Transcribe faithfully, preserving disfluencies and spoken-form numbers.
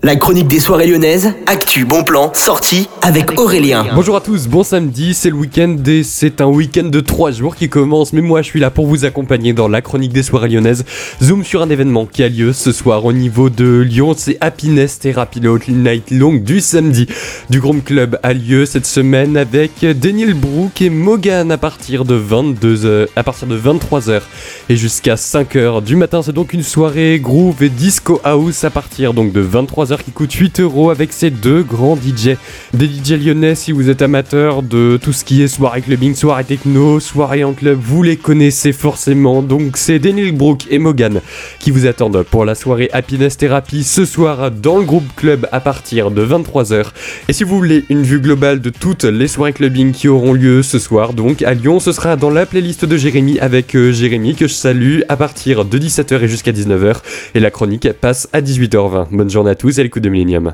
La chronique des soirées lyonnaises, actu, bon plan, sortie avec Aurélien. Bonjour à tous, bon samedi, c'est le week-end et c'est un week-end de trois jours qui commence, mais moi je suis là pour vous accompagner dans la chronique des soirées lyonnaises. Zoom sur un événement qui a lieu ce soir au niveau de Lyon, c'est Happiness Therapy, le Hot Night Long du samedi. Du Groom Club a lieu cette semaine avec Daniel Brook et Mogan à partir de vingt-deux heures, à partir de vingt-trois heures et jusqu'à cinq heures du matin. C'est donc une soirée groove et disco house à partir donc de vingt-trois heures qui coûte huit euros avec ces deux grands D J. Des D J lyonnais, si vous êtes amateur de tout ce qui est soirée clubbing, soirée techno, soirée en club, vous les connaissez forcément. Donc c'est Daniel Brook et Mogan qui vous attendent pour la soirée Happiness Therapy ce soir dans le Groom Club à partir de vingt-trois heures. Et si vous voulez une vue globale de toutes les soirées clubbing qui auront lieu ce soir, donc à Lyon, ce sera dans la playlist de Jérémy avec euh, Jérémy que je salue à partir de dix-sept heures et jusqu'à dix-neuf heures. Et la chronique passe à dix-huit heures vingt. Bonne journée à tous et à l'écoute de Millennium.